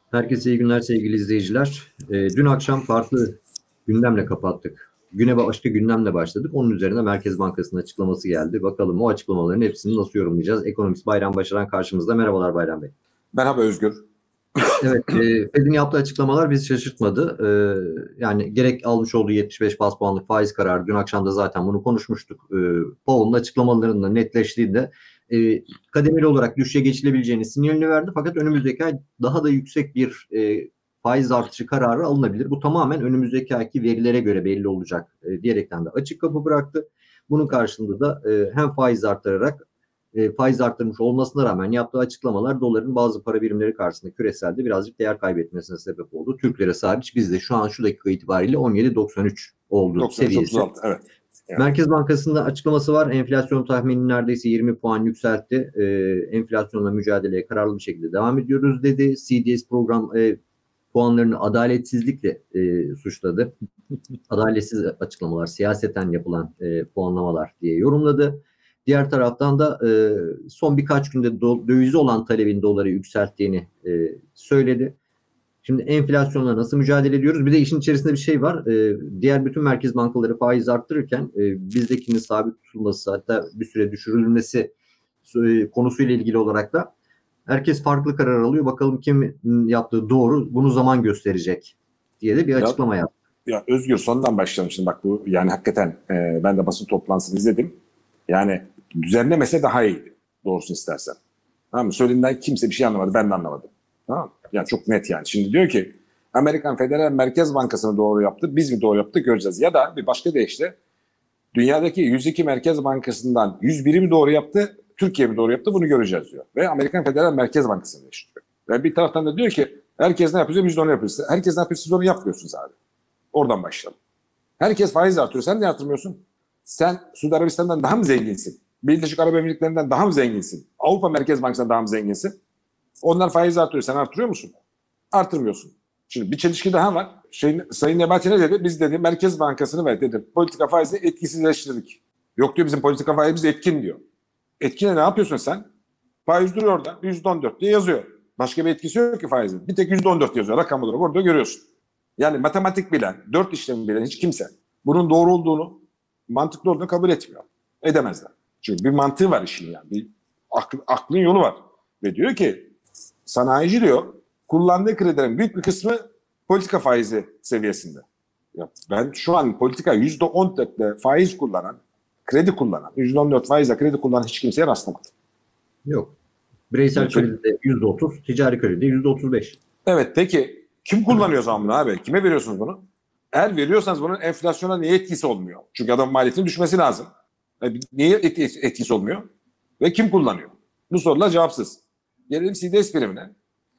Herkese iyi günler sevgili izleyiciler. Dün akşam farklı gündemle kapattık. Güne başka gündemle başladık. Onun üzerine Merkez Bankası'nın açıklaması geldi. Bakalım o açıklamaların hepsini nasıl yorumlayacağız? Ekonomist Bayram Başaran karşımızda. Merhabalar Bayram Bey. Merhaba Özgür. Evet, Fed'in yaptığı açıklamalar bizi şaşırtmadı. Yani gerek almış olduğu 75 bas puanlık faiz kararı, dün akşam da zaten bunu konuşmuştuk. Powell'ın açıklamalarının netleştiğinde kademeli olarak düşüşe geçilebileceğini sinyalini verdi. Fakat önümüzdeki ay daha da yüksek bir faiz artışı kararı alınabilir. Bu tamamen önümüzdeki ayki verilere göre belli olacak diyerekten de açık kapı bıraktı. Bunun karşılığında da hem faiz arttırarak faiz arttırmış olmasına rağmen yaptığı açıklamalar doların bazı para birimleri karşısında küreselde birazcık değer kaybetmesine sebep oldu. Türk lirası hariç bizde şu an şu dakika itibariyle 17.93 oldu seviyesi. 93-36 evet. Yani. Merkez Bankası'nda açıklaması var. Enflasyon tahminini neredeyse 20 puan yükseltti. Enflasyonla mücadeleye kararlı bir şekilde devam ediyoruz dedi. CDS program puanlarını adaletsizlikle suçladı. Adaletsiz açıklamalar, siyaseten yapılan puanlamalar diye yorumladı. Diğer taraftan da son birkaç günde dövize olan talebin doları yükselttiğini söyledi. Şimdi enflasyonla nasıl mücadele ediyoruz? Bir de işin içerisinde bir şey var. Diğer bütün merkez bankaları faiz arttırırken bizdekinin sabit tutulması, hatta bir süre düşürülmesi konusuyla ilgili olarak da herkes farklı karar alıyor. Bakalım kim yaptığı doğru, bunu zaman gösterecek diye de bir açıklama yaptı. Ya Özgür, sondan başlayalım şimdi. Bak, bu yani hakikaten ben de basın toplantısını izledim. Yani düzenlemese daha iyiydi doğrusunu istersen. Tamam mı? Söylediğinden kimse bir şey anlamadı, ben de anlamadım. Tamam mı? Yani çok net yani. Şimdi diyor ki Amerikan Federal Merkez Bankası'nı doğru yaptı, biz mi doğru yaptık göreceğiz. Ya da bir başka deyişle dünyadaki 102 Merkez Bankası'ndan 101'i mi doğru yaptı, Türkiye mi doğru yaptı, bunu göreceğiz diyor. Ve Amerikan Federal Merkez Bankası'nı değiştiriyor. Ve bir taraftan da diyor ki herkes ne yapıyor, biz de onu yapıyoruz. Herkes ne yapıyor, siz onu yapmıyorsunuz abi. Oradan başlayalım. Herkes faiz artırıyor, sen ne artırmıyorsun? Sen Suudi Arabistan'dan daha mı zenginsin? Birleşik Arap Emirlikleri'nden daha mı zenginsin? Avrupa Merkez Bankası'ndan daha mı zenginsin? Onlar faiz artırıyor, sen artırıyor musun? Artırmıyorsun. Şimdi bir çelişki daha var. Sayın Nebati ne dedi? Biz dedi Merkez Bankası'nı ve dedi politika faizini etkisizleştirdik. Yok diyor, bizim politika faizimiz etkin diyor. Etkine ne yapıyorsun sen? Faiz duruyor orada. %14 diye yazıyor. Başka bir etkisi yok ki faizin. Bir tek %14 yazıyor. Rakam olarak orada görüyorsun. Yani matematik bilen, 4 işlemi bilen hiç kimse bunun doğru olduğunu, mantıklı olduğunu kabul etmiyor. Edemezler. Çünkü bir mantığı var işin yani. Bir aklın yolu var. Ve diyor ki sanayici diyor kullandığı kredilerin büyük bir kısmı politika faizi seviyesinde. Ya ben şu an politika %14'le faiz kullanan, kredi kullanan, %14 faizle kredi kullanan hiç kimseye rastlamadım. Yok. Bireysel kredide %30, ticari kredide %35. Evet, peki kim kullanıyor zaman bunu abi? Kime veriyorsunuz bunu? Eğer veriyorsanız bunun enflasyona niye etkisi olmuyor? Çünkü adam maliyetinin düşmesi lazım. Niye etkisi olmuyor? Ve kim kullanıyor? Bu sorular cevapsız. Gelelim CDS primine.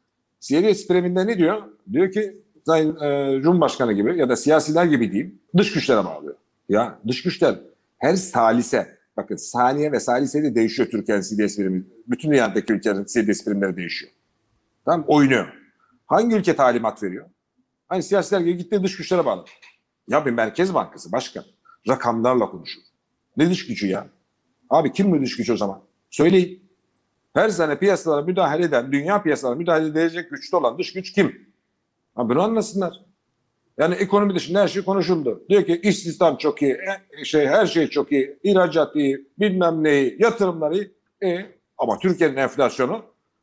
CDS priminde ne diyor? Diyor ki Sayın Cumhurbaşkanı gibi ya da siyasiler gibi diyeyim, dış güçlere bağlıyor. Ya dış güçler her salise, bakın saniye ve salise de değişiyor Türkiye'nin CDS primi. Bütün dünyadaki ülkelerin CDS primleri değişiyor. Tamam, oynuyor. Hangi ülke talimat veriyor? Hani siyasiler gibi gittiği dış güçlere bağlı. Ya bir Merkez Bankası başkan rakamlarla konuşur. Ne dış gücü ya? Abi kim bu dış güç o zaman? Söyleyin. Her sene piyasalara müdahale eden, dünya piyasalara müdahale edecek güçte olan dış güç kim? Ha, bunu anlasınlar. Yani ekonomi dışında her şey konuşuldu. Diyor ki istihdam çok iyi, her şey çok iyi, ihracat iyi, bilmem neyi, yatırımları iyi. Ama Türkiye'nin enflasyonu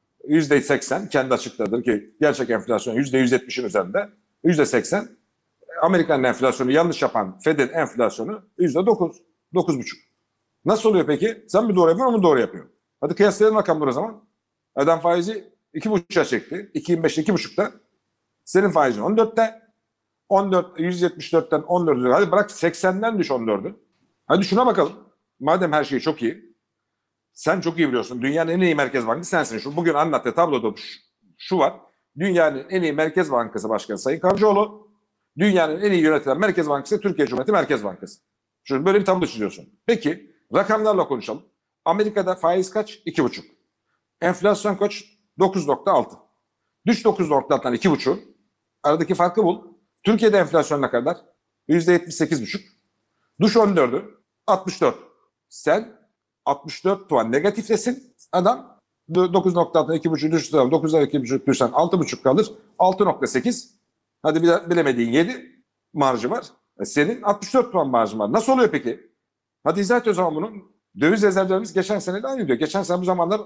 %80, kendi açıkladığı ki gerçek enflasyon %170'in üzerinde, %80. Amerika'nın enflasyonu yanlış yapan Fed'in enflasyonu %9, 9,5. Nasıl oluyor peki? Sen mi doğru yapıyorsun, o mu doğru yapıyor? Hadi kıyaslayalım rakamları o zaman. Adam faizi 2,5'a çekti. 2025'te 2,5'ta. Senin faizin 14'te. 14, 174'ten 14'e. Hadi bırak 80'den düş 14'ü. Hadi şuna bakalım. Madem her şey çok iyi. Sen çok iyi biliyorsun. Dünyanın en iyi Merkez Bankası sensin. Bugün anlattığı tabloda şu var. Dünyanın en iyi Merkez Bankası Başkanı Sayın Kavcıoğlu. Dünyanın en iyi yönetilen Merkez Bankası Türkiye Cumhuriyeti Merkez Bankası. Şimdi böyle bir tablo çiziyorsun. Peki rakamlarla konuşalım. Amerika'da faiz kaç? 2,5. Enflasyon kaç? 9,6. Düş 9,6'dan 2,5. Aradaki farkı bul. Türkiye'de enflasyon ne kadar? %78,5. Düş 14'ü. 64. Sen 64 puan negatiflesin. Adam 9.6'dan 2.5 düşürsen 9'dan 2.5 düşürsen 6.5 kalır. 6.8 hadi bilemediğin 7 marjı var. Senin 64 puan marjın var. Nasıl oluyor peki? Hadi izah et o zaman bunun. Döviz rezervlerimiz geçen sene de aynı diyor. Geçen sene bu zamanlar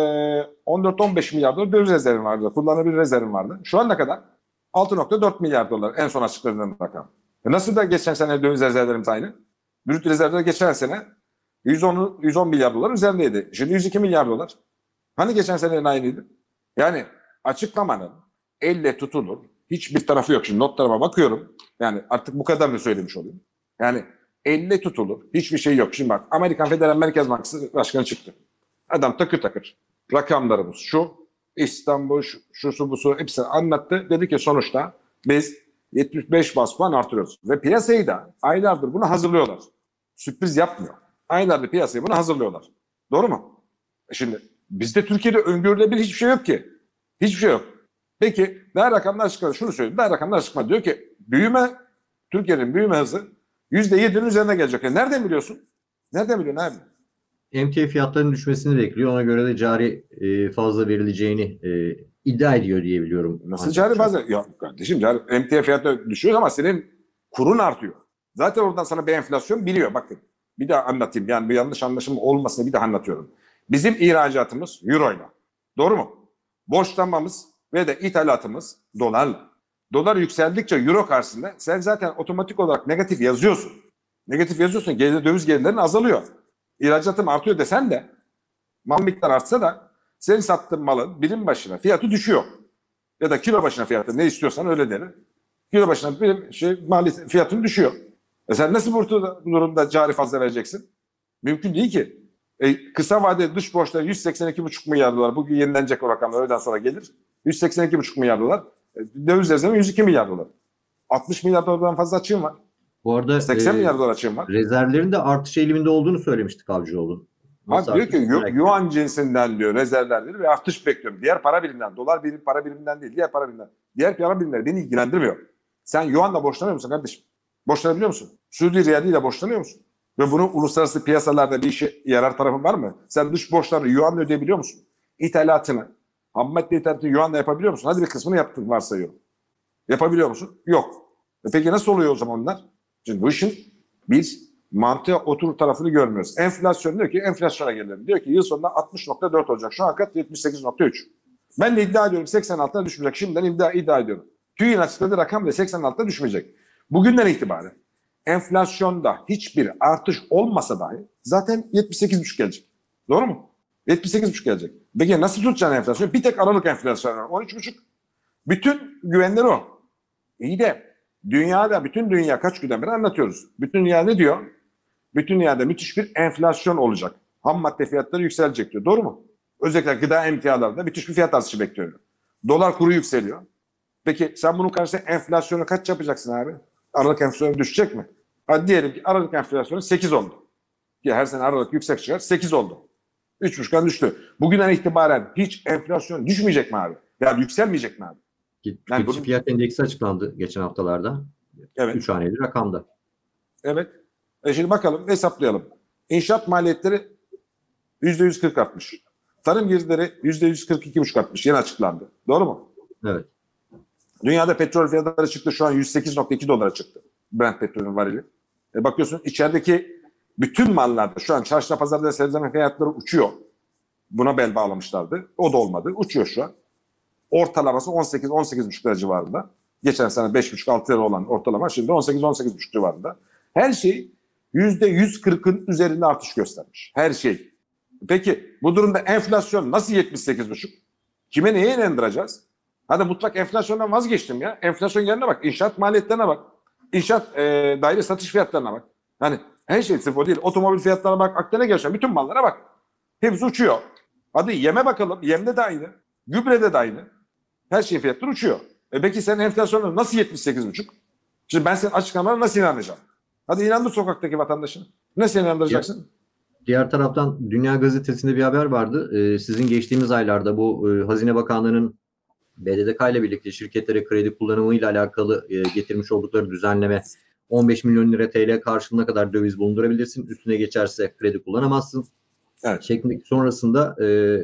14-15 milyar dolar döviz rezervim vardı. Kullanılabilir rezervim vardı. Şu an ne kadar? 6.4 milyar dolar en son açıkladığım rakam. Nasıl da geçen sene döviz rezervlerimiz aynı? Brüt rezervler geçen sene 110 milyar dolar üzerindeydi. Şimdi 102 milyar dolar. Hani geçen senenin aynıydı? Yani açıklamanın elle tutulur hiçbir tarafı yok. Şimdi notlarıma bakıyorum. Yani artık bu kadarını söylemiş olayım. Yani elle tutulur hiçbir şey yok. Şimdi bak Amerikan Federal Merkez Bankası Başkanı çıktı. Adam takır takır. Rakamlarımız şu. İstanbul, şusu busu hepsini anlattı. Dedi ki sonuçta biz 75 bas puan artırıyoruz. Ve piyasayı da aylardır bunu hazırlıyorlar. Sürpriz yapmıyor. Aylardır piyasayı bunu hazırlıyorlar. Doğru mu? Şimdi bizde Türkiye'de öngörülebilir hiçbir şey yok ki. Hiçbir şey yok. Peki daha rakamlar açıkladı. Şunu söyleyeyim. Daha rakamlar açıkladı. Diyor ki Türkiye'nin büyüme hızı %7'nin üzerine gelecek. Yani nereden biliyorsun? Nereden biliyorsun abi? Emtia fiyatlarının düşmesini bekliyor. Ona göre de cari fazla verileceğini iddia ediyor diye biliyorum. Nasıl cari fazla? Ya kardeşim emtia fiyatları düşüyor ama senin kurun artıyor. Zaten oradan sana bir enflasyon biliyor. Bakın bir daha anlatayım. Yani bir yanlış anlaşılma olmasını bir daha anlatıyorum. Bizim ihracatımız euroyla. Doğru mu? Borçlanmamız ve de ithalatımız dolarla. Dolar yükseldikçe euro karşısında sen zaten otomatik olarak negatif yazıyorsun. Negatif yazıyorsun. Döviz gelirlerin azalıyor. İhracatım artıyor desen de mal miktarı artsa da senin sattığın malın birim başına fiyatı düşüyor. Ya da kilo başına fiyatı ne istiyorsan öyle denir. Kilo başına mali fiyatın düşüyor. Sen nasıl bu durumda cari fazla vereceksin? Mümkün değil ki. Kısa vadeli dış borçları 182,5 milyar dolar. Bugün yenilenecek o rakamlar öğleden sonra gelir. 182,5 milyar dolar. Döviz rezervi 102 milyar dolar. 60 milyar dolardan fazla açığım var. Bu arada 80 milyar dolar açığım var. Rezervlerin de artış eğiliminde olduğunu söylemiştik Avcıoğlu. Abi diyor ki yuan cinsinden diyor rezervler ve artış bekliyorum. Diğer para biriminden, dolar para biriminden değil, diğer para biriminden. Diğer para birimleri beni ilgilendirmiyor. Sen yuanla borçlanıyor musun kardeşim? Borçlanabiliyor musun? Suudi riyaliyle borçlanıyor musun? Ve bunun uluslararası piyasalarda bir işe yarar tarafın var mı? Sen dış borçlarını yuanla ödeyebiliyor musun? İthalatını, ham madde ithalatını yuanla yapabiliyor musun? Hadi bir kısmını yaptın varsayıyorum. Yapabiliyor musun? Yok. Peki nasıl oluyor o zaman onlar? Şimdi bu işin biz mantığa oturur tarafını görmüyoruz. Enflasyon diyor ki enflasyona gelelim. Diyor ki yıl sonunda 60.4 olacak. Şu an kat 78.3. Ben de iddia ediyorum 86'a düşmeyecek. Şimdiden iddia ediyorum. TÜİ'nin açıkladığı rakam bile 86'a düşmeyecek. Bugünden itibaren enflasyonda hiçbir artış olmasa dahi zaten 78,5 gelecek. Doğru mu? 78,5 gelecek. Peki nasıl tutacaksın enflasyon? Bir tek Aralık enflasyonu var. 13,5. Bütün güvenleri o. İyi de bütün dünya kaç günden beri anlatıyoruz. Bütün dünya ne diyor? Bütün dünyada müthiş bir enflasyon olacak. Ham madde fiyatları yükselecek diyor. Doğru mu? Özellikle gıda emtialarında müthiş bir fiyat artışı bekliyor. Dolar kuru yükseliyor. Peki sen bunun karşısında enflasyonu kaç yapacaksın abi? Aralık enflasyonu düşecek mi? Hadi diyelim ki Aralık enflasyonu 8 oldu. Ki her sene Aralık yüksek çıkar 8 oldu. 3,5'dan düştü. Bugünden itibaren hiç enflasyon düşmeyecek mi abi? Yani yükselmeyecek mi abi? Yani fiyat endeksi açıklandı geçen haftalarda. Evet. 3 haneli rakamda. Evet. Şimdi bakalım hesaplayalım. İnşaat maliyetleri %140 artmış. Tarım girdileri %142,5 artmış. Yeni açıklandı. Doğru mu? Evet. Dünyada petrol fiyatları çıktı. Şu an 108,2 dolara çıktı. Brent petrolün varili. Bakıyorsun içerideki bütün mallarda şu an çarşıda pazarda sebze fiyatları uçuyor. Buna bel bağlamışlardı. O da olmadı. Uçuyor şu an. Ortalaması 18-18,5 lira civarında. Geçen sene 5,5-6 lira olan ortalama şimdi 18-18,5 civarında. Her şey %140'ın üzerinde artış göstermiş. Her şey. Peki bu durumda enflasyon nasıl 78,5? Kime neye inandıracağız? Hadi mutlak enflasyondan vazgeçtim ya. Enflasyon yerine bak. İnşaat maliyetlerine bak. İnşaat daire satış fiyatlarına bak. Hani her şey sırf o değil. Otomobil fiyatlarına bak. Aklına geçen bütün mallara bak. Hepsi uçuyor. Hadi yeme bakalım. Yemde de aynı. Gübrede de aynı. Her şey fiyatları uçuyor. Peki sen enflasyonda nasıl 78,5? Şimdi ben senin açıklamalarına nasıl inanacağım? Hadi inandır sokaktaki vatandaşın. Nasıl inandıracaksın? Diğer taraftan Dünya Gazetesi'nde bir haber vardı. Sizin geçtiğimiz aylarda bu Hazine Bakanlığı'nın BDDK ile birlikte şirketlere kredi kullanımıyla alakalı getirmiş oldukları düzenleme 15 milyon lira TL karşılığına kadar döviz bulundurabilirsin. Üstüne geçerse kredi kullanamazsın. Evet. Şeklindeki sonrasında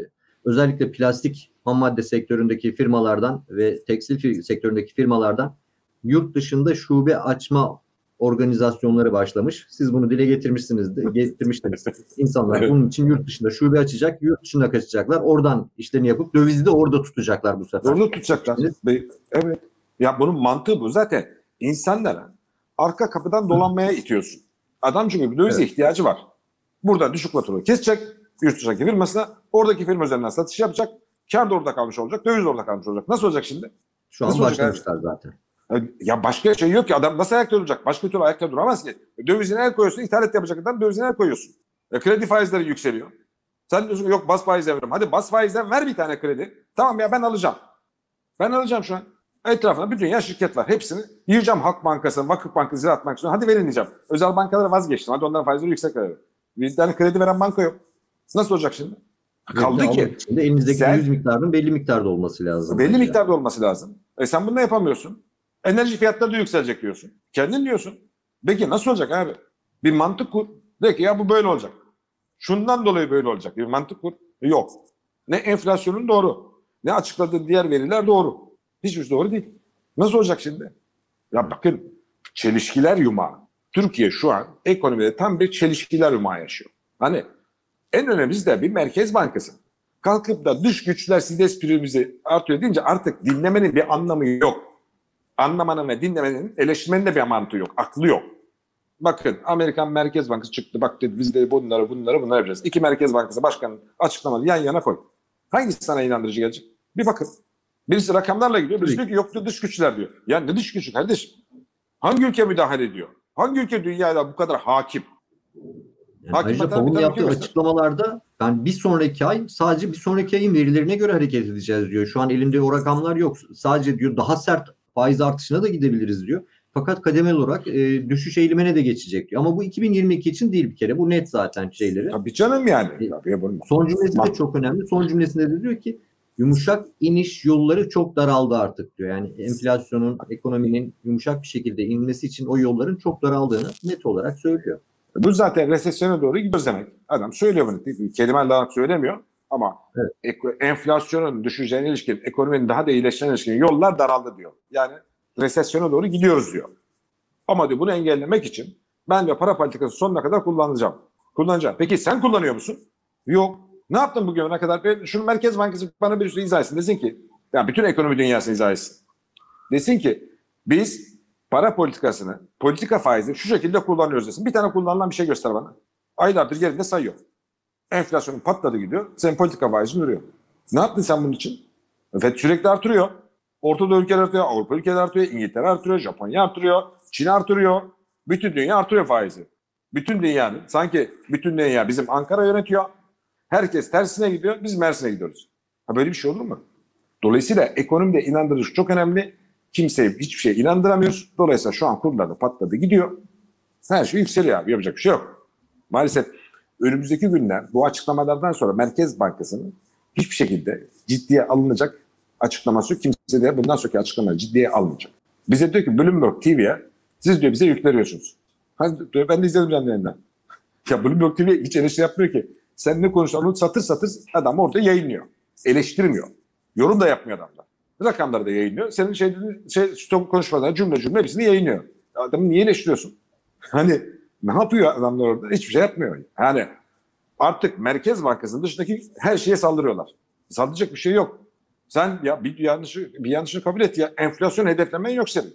özellikle plastik ham madde sektöründeki firmalardan ve tekstil sektöründeki firmalardan yurt dışında şube açma organizasyonları başlamış. Siz bunu dile getirmiştiniz. İnsanlar Evet. bunun için yurt dışında şube açacak, yurt dışına kaçacaklar. Oradan işlerini yapıp dövizi de orada tutacaklar bu sefer. Orada tutacaklar. Evet. Ya bunun mantığı bu. Zaten insanlara arka kapıdan dolanmaya itiyorsun. Adam çünkü bir dövize ihtiyacı var. Burada düşük faturalı kesecek. Yurt dışındaki firmasına, oradaki firma üzerinden satış yapacak. Kar da orada kalmış olacak. Döviz de orada kalmış olacak. Nasıl olacak şimdi? Şu an Nasıl olacak başlamışlar zaten. Ya başka şey yok ki. Adam nasıl ayakta duracak? Başka türlü ayakta duramaz ki. Dövizine el koyuyorsun. İthalat yapacak adam dövizine el koyuyorsun. Kredi faizleri yükseliyor. Sen diyorsun ki yok bas faizle veriyorum. Hadi bas faizle ver bir tane kredi. Tamam ya ben alacağım. Ben alacağım şu an. Etrafında bir dünya şirket var. Hepsini yiyeceğim. Halk Bankası, Vakıf Bankası, Ziraat Bankası. Hadi verin diyeceğim. Özel bankalara vazgeçtim. Hadi onların faizleri yüksek verelim. Bir tane kredi veren banka yok. Nasıl olacak şimdi? Kaldı ki. Şimdi elinizdeki sen, döviz miktarının belli miktarda olması lazım. Belli miktarda olması lazım. Sen bunu da yapamıyorsun. Enerji fiyatları da yükselecek diyorsun. Kendin diyorsun. Peki nasıl olacak abi? Bir mantık kur. De ki ya bu böyle olacak. Şundan dolayı böyle olacak. Bir mantık kur. Yok. Ne enflasyonun doğru. Ne açıkladığı diğer veriler doğru. Hiçbir doğru değil. Nasıl olacak şimdi? Ya bakın çelişkiler yumağı. Türkiye şu an ekonomide tam bir çelişkiler yumağı yaşıyor. Hani en önemlisi de bir merkez bankası. Kalkıp da dış güçler CDS primimizi artıyor deyince artık dinlemenin bir anlamı yok. Anlamanın ve dinlemenin, eleştirmenin de bir mantığı yok. Aklı yok. Bakın Amerikan Merkez Bankası çıktı. Bak dedi biz de bunları yapacağız. İki Merkez Bankası başkanının açıklamaları yan yana koy. Hangisi sana inandırıcı gelecek? Bir bakın. Birisi rakamlarla gidiyor. Birisi diyor ki yok diyor dış güçler diyor. Ya ne dış gücü kardeşim? Hangi ülke müdahale ediyor? Hangi ülke dünyada bu kadar hakim? Yani ayrıca Powell'ın yaptığı açıklamalarda ben sadece bir sonraki ayın verilerine göre hareket edeceğiz diyor. Şu an elinde o rakamlar yok. Sadece diyor daha sert faiz artışına da gidebiliriz diyor. Fakat kademeli olarak düşüş eğilimine de geçecek diyor. Ama bu 2022 için değil bir kere. Bu net zaten şeyleri. Tabii canım yani. Son cümlesi de çok önemli. Son cümlesinde de diyor ki yumuşak iniş yolları çok daraldı artık diyor. Yani enflasyonun, ekonominin yumuşak bir şekilde inmesi için o yolların çok daraldığını net olarak söylüyor. Bu zaten resesyona doğru gidiyoruz demek. Adam söylüyor bunu. Kelimelerle olarak söylemiyor. Ama enflasyonun düşeceğine ilişkin, ekonominin daha da iyileşeceğine ilişkin yollar daraldı diyor. Yani resesyona doğru gidiyoruz diyor. Ama diyor bunu engellemek için ben de para politikası sonuna kadar kullanacağım. Peki sen kullanıyor musun? Yok. Ne yaptın bugüne kadar? Şunu Merkez Bankası bana bir sürü izah etsin. Desin ki, yani bütün ekonomi dünyasını izah etsin. Desin ki biz para politikasını, politika faizi şu şekilde kullanıyoruz desin. Bir tane kullanılan bir şey göster bana. Aylardır yerinde sayıyor. Enflasyonun patladı gidiyor. Senin politika faizin duruyor. Ne yaptın sen bunun için? FED sürekli artırıyor. Orta Doğu ülkeler artıyor, Avrupa ülkeleri artıyor, İngiltere artırıyor, Japonya artırıyor, Çin artırıyor. Bütün dünya artırıyor faizi. Bütün dünyanın, sanki bütün dünya bizim Ankara yönetiyor. Herkes tersine gidiyor, biz Mersin'e gidiyoruz. Böyle bir şey olur mu? Dolayısıyla ekonomide inandırıcı çok önemli. Kimseyi hiçbir şeye inandıramıyoruz. Dolayısıyla şu an kurlar da patladı gidiyor. Her şey yükseliyor abi. Yapacak bir şey yok. Maalesef önümüzdeki günler bu açıklamalardan sonra Merkez Bankası'nın hiçbir şekilde ciddiye alınacak açıklaması yok. Kimse de bundan sonraki açıklamaları ciddiye almayacak. Bize diyor ki Bloomberg TV'ye siz diyor bize yükleniyorsunuz. Ben de izledim canlı yayından. Ya Bloomberg TV hiç eleştiri yapmıyor ki. Sen ne konuşuyorsun? Satır satır adam orada yayınlıyor. Eleştirmiyor. Yorum da yapmıyor adamlar. Rakamları da yayınlıyor. Senin son konuşmalarına cümle hepsini yayınlıyor. Adamı niye eleştiriyorsun? Hani ne yapıyor adamlar orada? Hiçbir şey yapmıyor. Yani artık Merkez Bankası'nın dışındaki her şeye saldırıyorlar. Saldıracak bir şey yok. Sen ya bir yanlışını kabul et ya. Enflasyon hedeflemen yok senin.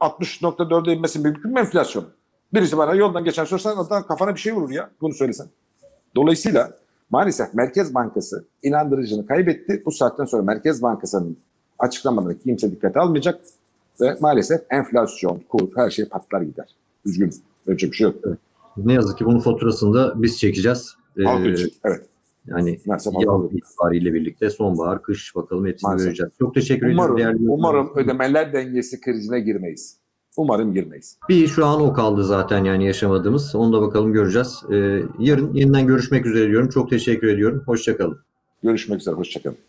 60.4'e inmesi mümkün mü enflasyon? Birisi bana yoldan geçen sorsan adam kafana bir şey vurur ya. Bunu söylesen. Dolayısıyla maalesef Merkez Bankası inandırıcını kaybetti. Bu saatten sonra Merkez Bankası'nın açıklamalarını kimse dikkate almayacak ve maalesef enflasyon, kur, her şey patlar gider. Üzgünüm. Öyle bir şey yok. Evet. Ne yazık ki bunun faturasını da biz çekeceğiz. Evet. Yani yaz itibariyle birlikte sonbahar, kış bakalım hepsini göreceğiz. Çok teşekkür ediyorum. Umarım ödemeler dengesi krizine girmeyiz. Umarım girmeyiz. Bir şu an o kaldı zaten yani yaşamadığımız. Onu da bakalım göreceğiz. Yarın yeniden görüşmek üzere diyorum. Çok teşekkür ediyorum. Hoşça kalın. Görüşmek üzere. Hoşça kalın.